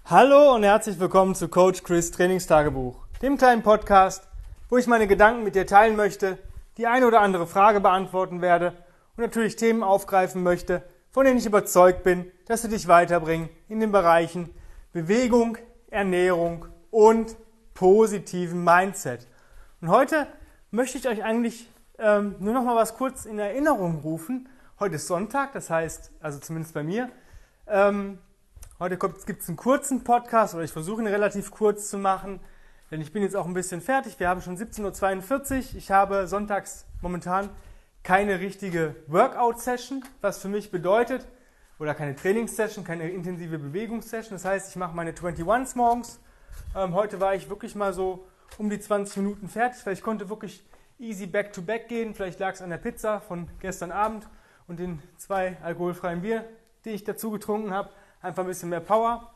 Hallo und herzlich willkommen zu Coach Chris Trainingstagebuch, dem kleinen Podcast, wo ich meine Gedanken mit dir teilen möchte, die eine oder andere Frage beantworten werde und natürlich Themen aufgreifen möchte, von denen ich überzeugt bin, dass sie dich weiterbringen in den Bereichen Bewegung, Ernährung und positiven Mindset. Und heute möchte ich euch eigentlich nur noch mal was kurz in Erinnerung rufen. Heute ist Sonntag, das heißt, also zumindest bei mir, heute gibt es einen kurzen Podcast, oder ich versuche ihn relativ kurz zu machen, denn ich bin jetzt auch ein bisschen fertig. Wir haben schon 17:42 Uhr. Ich habe sonntags momentan keine richtige Workout-Session, was für mich bedeutet, oder keine Trainingssession, keine intensive Bewegungssession. Das heißt, ich mache meine 21s morgens. Heute war ich wirklich mal so um die 20 Minuten fertig, weil ich konnte wirklich easy back-to-back gehen. Vielleicht lag es an der Pizza von gestern Abend und den 2 alkoholfreien Bier, die ich dazu getrunken habe. Einfach ein bisschen mehr Power.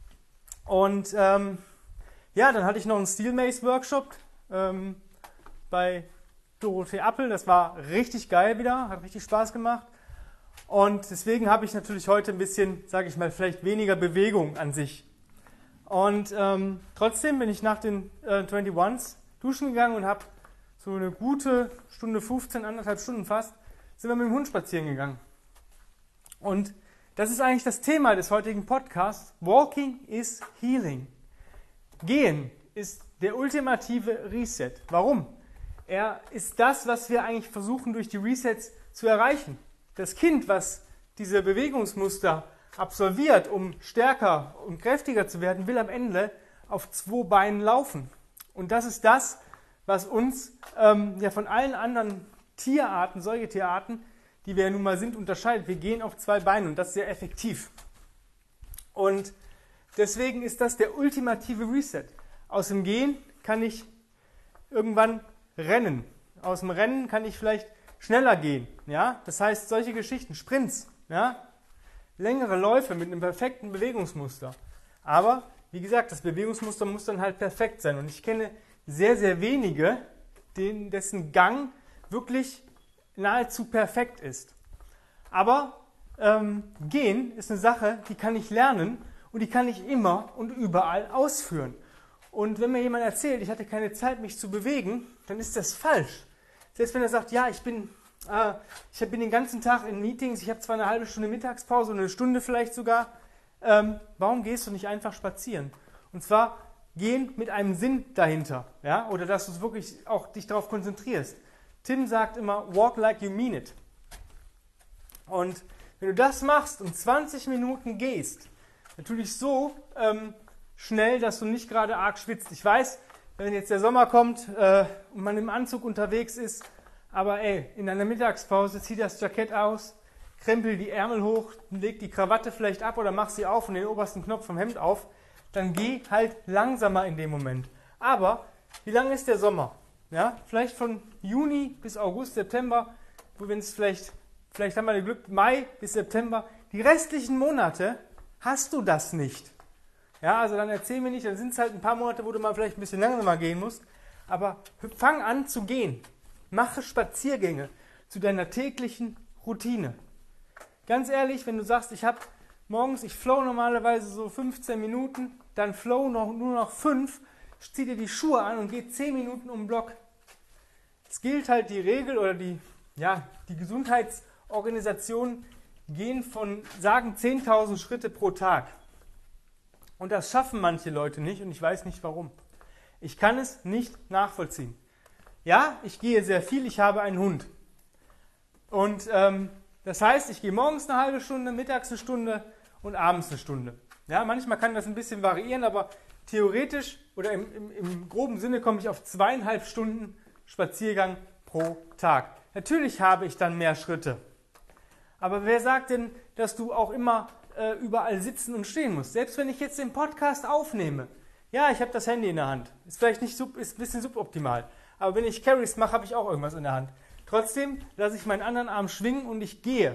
Und dann hatte ich noch einen Steel Mace Workshop bei Dorothee Appel. Das war richtig geil wieder, hat richtig Spaß gemacht. Und deswegen habe ich natürlich heute ein bisschen, sage ich mal, vielleicht weniger Bewegung an sich. Und trotzdem bin ich nach den 21s duschen gegangen und habe so eine gute Stunde 15, 1,5 Stunden fast, sind wir mit dem Hund spazieren gegangen. Und das ist eigentlich das Thema des heutigen Podcasts. Walking is healing. Gehen ist der ultimative Reset. Warum? Er ist das, was wir eigentlich versuchen durch die Resets zu erreichen. Das Kind, was diese Bewegungsmuster absolviert, um stärker und kräftiger zu werden, will am Ende auf 2 Beinen laufen. Und das ist das, was uns von allen anderen Tierarten, Säugetierarten, die wir ja nun mal sind, unterscheidet. Wir gehen auf 2 Beinen und das ist sehr effektiv. Und deswegen ist das der ultimative Reset. Aus dem Gehen kann ich irgendwann rennen. Aus dem Rennen kann ich vielleicht schneller gehen. Ja? Das heißt, solche Geschichten, Sprints, ja? Längere Läufe mit einem perfekten Bewegungsmuster. Aber, wie gesagt, das Bewegungsmuster muss dann halt perfekt sein. Und ich kenne sehr, sehr wenige, dessen Gang wirklich nahezu perfekt ist. Aber Gehen ist eine Sache, die kann ich lernen und die kann ich immer und überall ausführen. Und wenn mir jemand erzählt, ich hatte keine Zeit, mich zu bewegen, dann ist das falsch. Selbst wenn er sagt, ja, ich bin den ganzen Tag in Meetings, ich habe zwar eine halbe Stunde Mittagspause und eine Stunde vielleicht sogar, warum gehst du nicht einfach spazieren? Und zwar gehen mit einem Sinn dahinter, ja? Oder dass du wirklich auch dich darauf konzentrierst. Tim sagt immer, walk like you mean it. Und wenn du das machst und 20 Minuten gehst, natürlich so schnell, dass du nicht gerade arg schwitzt. Ich weiß, wenn jetzt der Sommer kommt und man im Anzug unterwegs ist, aber in einer Mittagspause zieh das Jackett aus, krempel die Ärmel hoch, leg die Krawatte vielleicht ab oder mach sie auf und den obersten Knopf vom Hemd auf, dann geh halt langsamer in dem Moment. Aber wie lang ist der Sommer? Ja, vielleicht von Juni bis August, September, wenn es vielleicht haben wir Glück, Mai bis September. Die restlichen Monate hast du das nicht. Ja, also dann erzähl mir nicht, dann sind es halt ein paar Monate, wo du mal vielleicht ein bisschen langsamer gehen musst. Aber fang an zu gehen. Mache Spaziergänge zu deiner täglichen Routine. Ganz ehrlich, wenn du sagst, ich flow normalerweise so 15 Minuten, dann flow nur noch 5, zieh dir die Schuhe an und geh 10 Minuten um den Block. Es gilt halt die Regel oder die Gesundheitsorganisationen sagen 10.000 Schritte pro Tag. Und das schaffen manche Leute nicht und ich weiß nicht warum. Ich kann es nicht nachvollziehen. Ja, ich gehe sehr viel, ich habe einen Hund. Und das heißt, ich gehe morgens eine halbe Stunde, mittags eine Stunde und abends eine Stunde. Ja, manchmal kann das ein bisschen variieren, aber theoretisch oder im groben Sinne komme ich auf 2,5 Stunden Spaziergang pro Tag. Natürlich habe ich dann mehr Schritte. Aber wer sagt denn, dass du auch immer überall sitzen und stehen musst? Selbst wenn ich jetzt den Podcast aufnehme. Ja, ich habe das Handy in der Hand. Ist vielleicht ist ein bisschen suboptimal. Aber wenn ich Carries mache, habe ich auch irgendwas in der Hand. Trotzdem lasse ich meinen anderen Arm schwingen und ich gehe.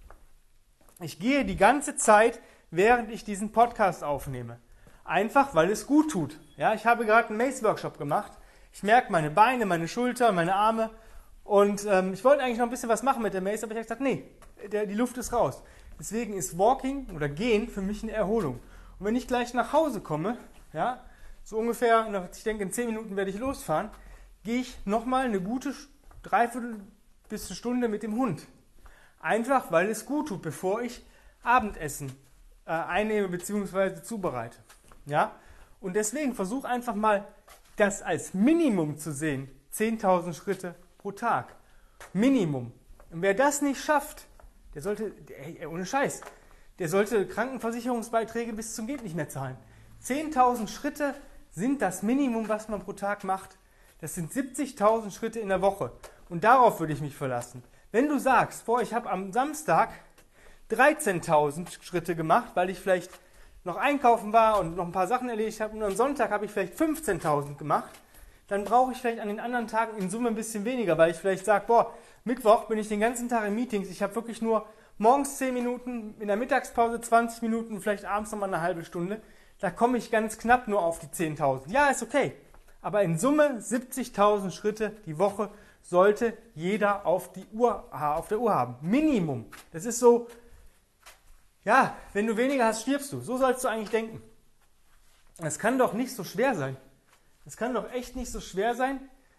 Ich gehe die ganze Zeit, während ich diesen Podcast aufnehme. Einfach, weil es gut tut. Ja, ich habe gerade einen Mace-Workshop gemacht. Ich merke meine Beine, meine Schultern, meine Arme. Und ich wollte eigentlich noch ein bisschen was machen mit der Mace, aber ich habe gesagt, nee, die Luft ist raus. Deswegen ist Walking oder Gehen für mich eine Erholung. Und wenn ich gleich nach Hause komme, ja, so ungefähr, ich denke in 10 Minuten werde ich losfahren, gehe ich nochmal eine gute Dreiviertel bis eine Stunde mit dem Hund. Einfach, weil es gut tut, bevor ich Abendessen einnehme bzw. zubereite. Ja? Und deswegen versuch einfach mal, das als Minimum zu sehen. 10.000 Schritte pro Tag. Minimum. Und wer das nicht schafft, der sollte, ohne Scheiß, der sollte Krankenversicherungsbeiträge bis zum geht nicht mehr zahlen. 10.000 Schritte sind das Minimum, was man pro Tag macht. Das sind 70.000 Schritte in der Woche. Und darauf würde ich mich verlassen. Wenn du sagst, ich habe am Samstag 13.000 Schritte gemacht, weil ich vielleicht noch einkaufen war und noch ein paar Sachen erledigt habe und am Sonntag habe ich vielleicht 15.000 gemacht, dann brauche ich vielleicht an den anderen Tagen in Summe ein bisschen weniger, weil ich vielleicht sage, Mittwoch bin ich den ganzen Tag in Meetings, ich habe wirklich nur morgens 10 Minuten, in der Mittagspause 20 Minuten, vielleicht abends nochmal eine halbe Stunde. Da komme ich ganz knapp nur auf die 10.000. Ja, ist okay. Aber in Summe 70.000 Schritte die Woche sollte jeder auf der Uhr haben. Minimum. Das ist so, ja, wenn du weniger hast, stirbst du. So sollst du eigentlich denken. Das kann doch nicht so schwer sein. Es kann doch echt nicht so schwer sein,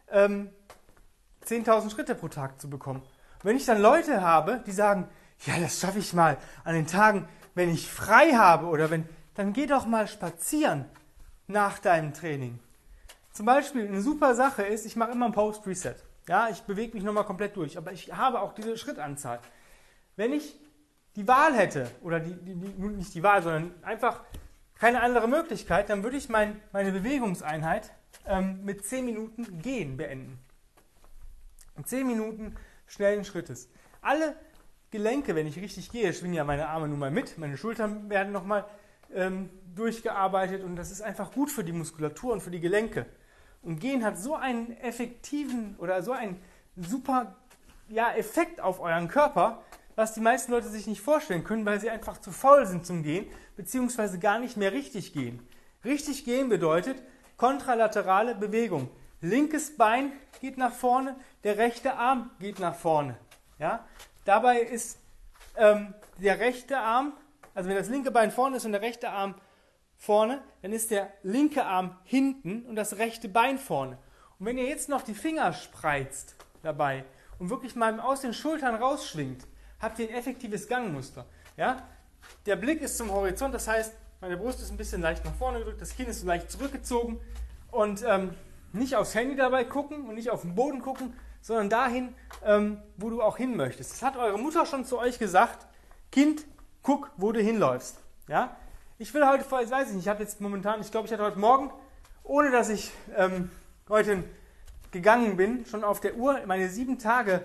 10.000 Schritte pro Tag zu bekommen. Und wenn ich dann Leute habe, die sagen, ja, das schaffe ich mal an den Tagen, wenn ich frei habe oder dann geh doch mal spazieren nach deinem Training. Zum Beispiel eine super Sache ist, ich mache immer ein Post-Reset. Ja, ich bewege mich nochmal komplett durch, aber ich habe auch diese Schrittanzahl. Wenn ich die Wahl hätte, oder nicht die Wahl, sondern einfach keine andere Möglichkeit, dann würde ich meine Bewegungseinheit mit 10 Minuten Gehen beenden. Und 10 Minuten schnellen Schrittes. Alle Gelenke, wenn ich richtig gehe, schwingen ja meine Arme nun mal mit, meine Schultern werden nochmal durchgearbeitet und das ist einfach gut für die Muskulatur und für die Gelenke. Und Gehen hat so einen effektiven oder so einen super Effekt auf euren Körper, was die meisten Leute sich nicht vorstellen können, weil sie einfach zu faul sind zum Gehen, beziehungsweise gar nicht mehr richtig gehen. Richtig gehen bedeutet kontralaterale Bewegung. Linkes Bein geht nach vorne, der rechte Arm geht nach vorne. Ja? Dabei ist der rechte Arm, also wenn das linke Bein vorne ist und der rechte Arm vorne, dann ist der linke Arm hinten und das rechte Bein vorne. Und wenn ihr jetzt noch die Finger spreizt dabei und wirklich mal aus den Schultern rausschwingt, habt ihr ein effektives Gangmuster. Ja? Der Blick ist zum Horizont, das heißt, meine Brust ist ein bisschen leicht nach vorne gedrückt, das Kinn ist so leicht zurückgezogen und nicht aufs Handy dabei gucken und nicht auf den Boden gucken, sondern dahin, wo du auch hin möchtest. Das hat eure Mutter schon zu euch gesagt, Kind, guck, wo du hinläufst. Ja? Ich will heute, ich weiß nicht, ich habe jetzt momentan, ich glaube, ich hatte heute Morgen, ohne dass ich heute gegangen bin, schon auf der Uhr meine 7 Tage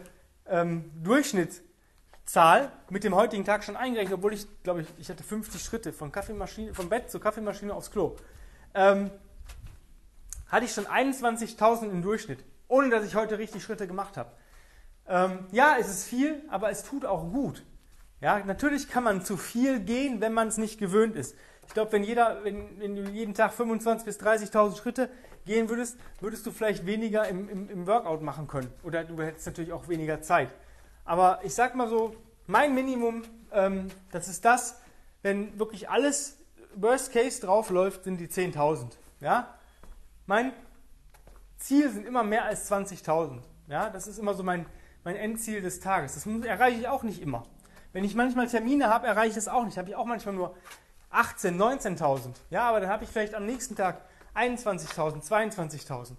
Durchschnittszahl mit dem heutigen Tag schon eingerechnet, obwohl ich glaube, ich hatte 50 Schritte vom Bett zur Kaffeemaschine aufs Klo. Hatte ich schon 21.000 im Durchschnitt, ohne dass ich heute richtig Schritte gemacht habe. Ja, es ist viel, aber es tut auch gut. Ja, natürlich kann man zu viel gehen, wenn man es nicht gewöhnt ist. Ich glaube, wenn du jeden Tag 25.000 bis 30.000 Schritte gehen würdest, würdest du vielleicht weniger im Workout machen können. Oder du hättest natürlich auch weniger Zeit. Aber ich sag mal so, mein Minimum, das ist das, wenn wirklich alles Worst Case draufläuft, sind die 10.000. Ja? Mein Ziel sind immer mehr als 20.000. Ja? Das ist immer so mein Endziel des Tages. Das erreiche ich auch nicht immer. Wenn ich manchmal Termine habe, erreiche ich das auch nicht. Habe ich auch manchmal nur 18.000, 19.000. Ja, aber dann habe ich vielleicht am nächsten Tag 21.000, 22.000.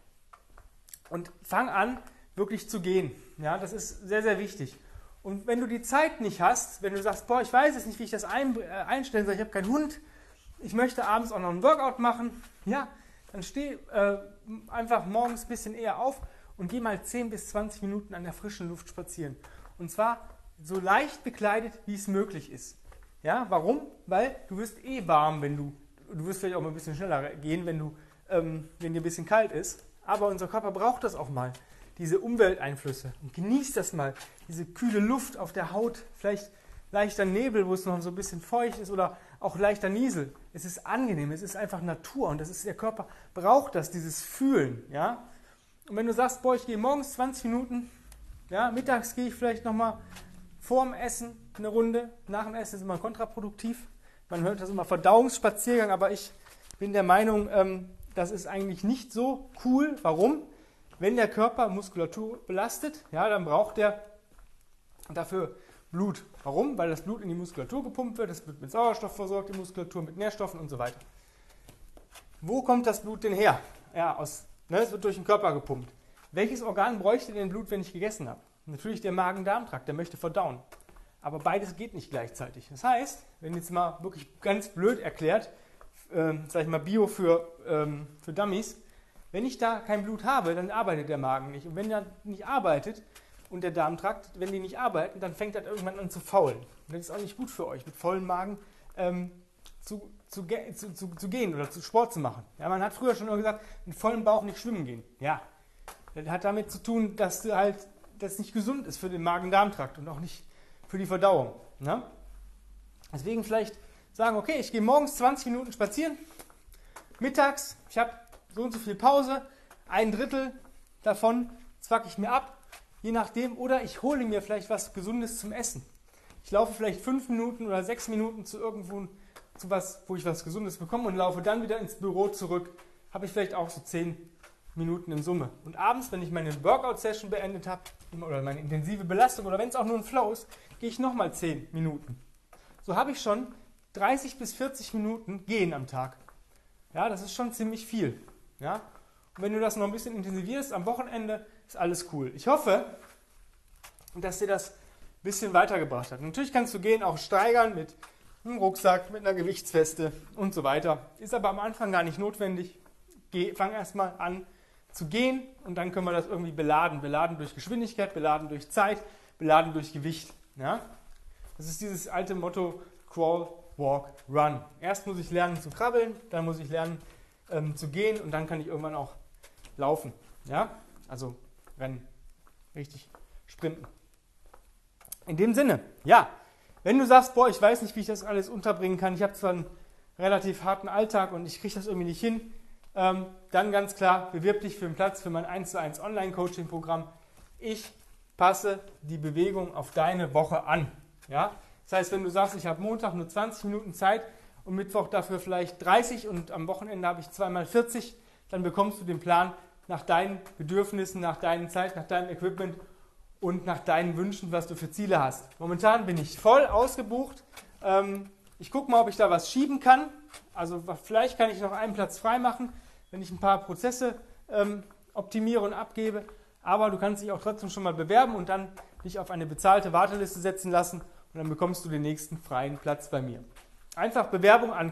Und fang an, wirklich zu gehen. Ja, das ist sehr, sehr wichtig. Und wenn du die Zeit nicht hast, wenn du sagst, ich weiß jetzt nicht, wie ich das einstellen soll, ich habe keinen Hund, ich möchte abends auch noch einen Workout machen, ja, dann steh einfach morgens ein bisschen eher auf und geh mal 10 bis 20 Minuten an der frischen Luft spazieren. Und zwar so leicht bekleidet, wie es möglich ist. Ja, warum? Weil du wirst warm, du wirst vielleicht auch mal ein bisschen schneller gehen, wenn dir ein bisschen kalt ist. Aber unser Körper braucht das auch mal, diese Umwelteinflüsse. Und genießt das mal, diese kühle Luft auf der Haut, vielleicht leichter Nebel, wo es noch so ein bisschen feucht ist oder auch leichter Niesel. Es ist angenehm, es ist einfach Natur und der Körper braucht das, dieses Fühlen. Ja? Und wenn du sagst, ich gehe morgens 20 Minuten, ja, mittags gehe ich vielleicht nochmal vorm Essen eine Runde, nach dem Essen ist immer kontraproduktiv. Man hört das immer Verdauungsspaziergang, aber ich bin der Meinung, das ist eigentlich nicht so cool. Warum? Wenn der Körper Muskulatur belastet, ja, dann braucht er dafür Blut. Warum? Weil das Blut in die Muskulatur gepumpt wird, es wird mit Sauerstoff versorgt, die Muskulatur mit Nährstoffen und so weiter. Wo kommt das Blut denn her? Ja, es wird durch den Körper gepumpt. Welches Organ bräuchte denn Blut, wenn ich gegessen habe? Natürlich der Magen-Darm-Trakt, der möchte verdauen. Aber beides geht nicht gleichzeitig. Das heißt, wenn jetzt mal wirklich ganz blöd erklärt, sag ich mal Bio für Dummies, wenn ich da kein Blut habe, dann arbeitet der Magen nicht. Und wenn er nicht arbeitet und der Darmtrakt, wenn die nicht arbeiten, dann fängt das irgendwann an zu faulen. Und das ist auch nicht gut für euch, mit vollem Magen zu gehen oder zu Sport zu machen. Ja, man hat früher schon immer gesagt, mit vollem Bauch nicht schwimmen gehen. Ja, das hat damit zu tun, dass das nicht gesund ist für den Magen-Darm-Trakt und auch nicht für die Verdauung. Ne? Deswegen vielleicht sagen, okay, ich gehe morgens 20 Minuten spazieren, mittags, ich habe so und so viel Pause, 1/3 davon zwacke ich mir ab, je nachdem, oder ich hole mir vielleicht was Gesundes zum Essen. Ich laufe vielleicht 5 Minuten oder 6 Minuten zu irgendwo, zu was, wo ich was Gesundes bekomme und laufe dann wieder ins Büro zurück, habe ich vielleicht auch so 10 Minuten in Summe. Und abends, wenn ich meine Workout-Session beendet habe, oder meine intensive Belastung, oder wenn es auch nur ein Flow ist, gehe ich nochmal 10 Minuten. So habe ich schon 30 bis 40 Minuten Gehen am Tag. Ja, das ist schon ziemlich viel. Ja? Und wenn du das noch ein bisschen intensivierst am Wochenende, ist alles cool. Ich hoffe, dass dir das ein bisschen weitergebracht hat. Natürlich kannst du Gehen auch steigern mit einem Rucksack, mit einer Gewichtsweste und so weiter. Ist aber am Anfang gar nicht notwendig. Fang erstmal an zu gehen und dann können wir das irgendwie beladen. Beladen durch Geschwindigkeit, beladen durch Zeit, beladen durch Gewicht. Ja? Das ist dieses alte Motto Crawl, Walk, Run. Erst muss ich lernen zu krabbeln, dann muss ich lernen zu gehen und dann kann ich irgendwann auch laufen. Ja? Also rennen, richtig sprinten. In dem Sinne, ja, wenn du sagst, boah, ich weiß nicht, wie ich das alles unterbringen kann, ich habe zwar einen relativ harten Alltag und ich kriege das irgendwie nicht hin, dann ganz klar, bewirb dich für einen Platz für mein 1:1 Online-Coaching-Programm. Ich passe die Bewegung auf deine Woche an. Ja? Das heißt, wenn du sagst, ich habe Montag nur 20 Minuten Zeit und Mittwoch dafür vielleicht 30 und am Wochenende habe ich 2x40, dann bekommst du den Plan nach deinen Bedürfnissen, nach deiner Zeit, nach deinem Equipment und nach deinen Wünschen, was du für Ziele hast. Momentan bin ich voll ausgebucht. Ich gucke mal, ob ich da was schieben kann. Also vielleicht kann ich noch einen Platz frei machen, wenn ich ein paar Prozesse optimiere und abgebe. Aber du kannst dich auch trotzdem schon mal bewerben und dann dich auf eine bezahlte Warteliste setzen lassen und dann bekommst du den nächsten freien Platz bei mir. Einfach Bewerbung an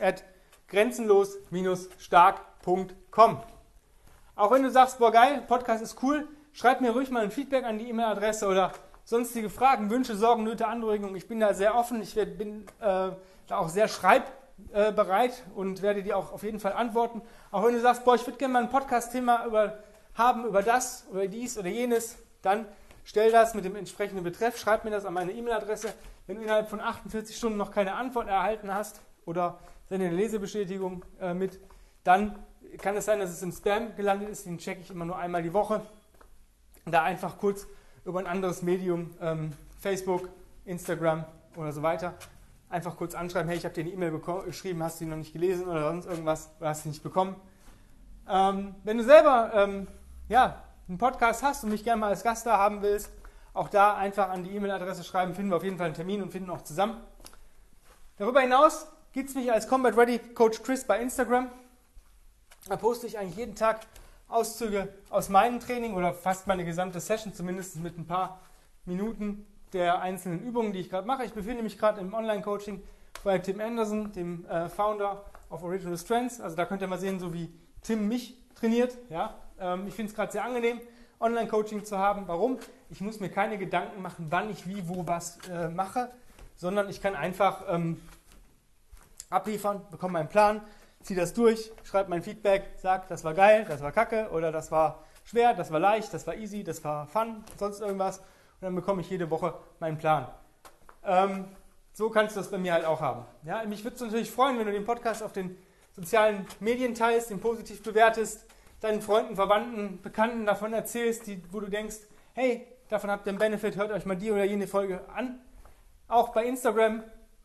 chris@grenzenlos-stark.com. Auch wenn du sagst, boah geil, Podcast ist cool, schreib mir ruhig mal ein Feedback an die E-Mail-Adresse oder sonstige Fragen, Wünsche, Sorgen, Nöte, Anregungen. Ich bin da sehr offen, ich bin da auch sehr schreibbereit und werde dir auch auf jeden Fall antworten. Auch wenn du sagst, boah, ich würde gerne mal ein Podcast-Thema haben über das, über dies oder jenes, dann stell das mit dem entsprechenden Betreff, schreib mir das an meine E-Mail-Adresse. Wenn du innerhalb von 48 Stunden noch keine Antwort erhalten hast oder sende eine Lesebestätigung mit, dann kann es sein, dass es im Spam gelandet ist. Den checke ich immer nur einmal die Woche. Da einfach kurz über ein anderes Medium, Facebook, Instagram oder so weiter, einfach kurz anschreiben, hey, ich habe dir eine E-Mail geschrieben, hast du die noch nicht gelesen oder sonst irgendwas, oder hast du nicht bekommen. Wenn du selber einen Podcast hast und mich gerne mal als Gast da haben willst, auch da einfach an die E-Mail-Adresse schreiben, finden wir auf jeden Fall einen Termin und finden auch zusammen. Darüber hinaus gibt es mich als Combat Ready Coach Chris bei Instagram. Da poste ich eigentlich jeden Tag Auszüge aus meinem Training oder fast meine gesamte Session, zumindest mit ein paar Minuten der einzelnen Übungen, die ich gerade mache. Ich befinde mich gerade im Online-Coaching bei Tim Anderson, dem Founder of Original Strengths. Also da könnt ihr mal sehen, so wie Tim mich trainiert. Ja? Ich finde es gerade sehr angenehm, Online-Coaching zu haben. Warum? Ich muss mir keine Gedanken machen, wann ich wie, wo was mache, sondern ich kann einfach abliefern, bekomme meinen Plan, ziehe das durch, schreibe mein Feedback, sage, das war geil, das war kacke oder das war schwer, das war leicht, das war easy, das war fun, sonst irgendwas. Und dann bekomme ich jede Woche meinen Plan. So kannst du das bei mir halt auch haben. Ja, mich würde es natürlich freuen, wenn du den Podcast auf den sozialen Medien teilst, den positiv bewertest, deinen Freunden, Verwandten, Bekannten davon erzählst, wo du denkst, hey, davon habt ihr einen Benefit, hört euch mal die oder jene Folge an. Auch bei Instagram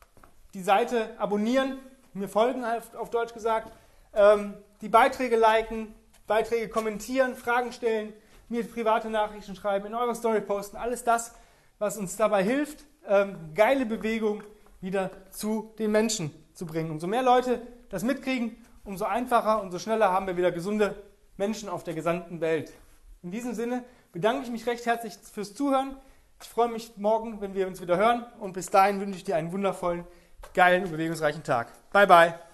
die Seite abonnieren, mir folgen auf Deutsch gesagt, die Beiträge liken, Beiträge kommentieren, Fragen stellen, mir private Nachrichten schreiben, in eure Story posten, alles das, was uns dabei hilft, geile Bewegung wieder zu den Menschen zu bringen. Umso mehr Leute das mitkriegen, umso einfacher, umso schneller haben wir wieder gesunde Menschen auf der gesamten Welt. In diesem Sinne bedanke ich mich recht herzlich fürs Zuhören. Ich freue mich morgen, wenn wir uns wieder hören und bis dahin wünsche ich dir einen wundervollen, geilen und bewegungsreichen Tag. Bye, bye.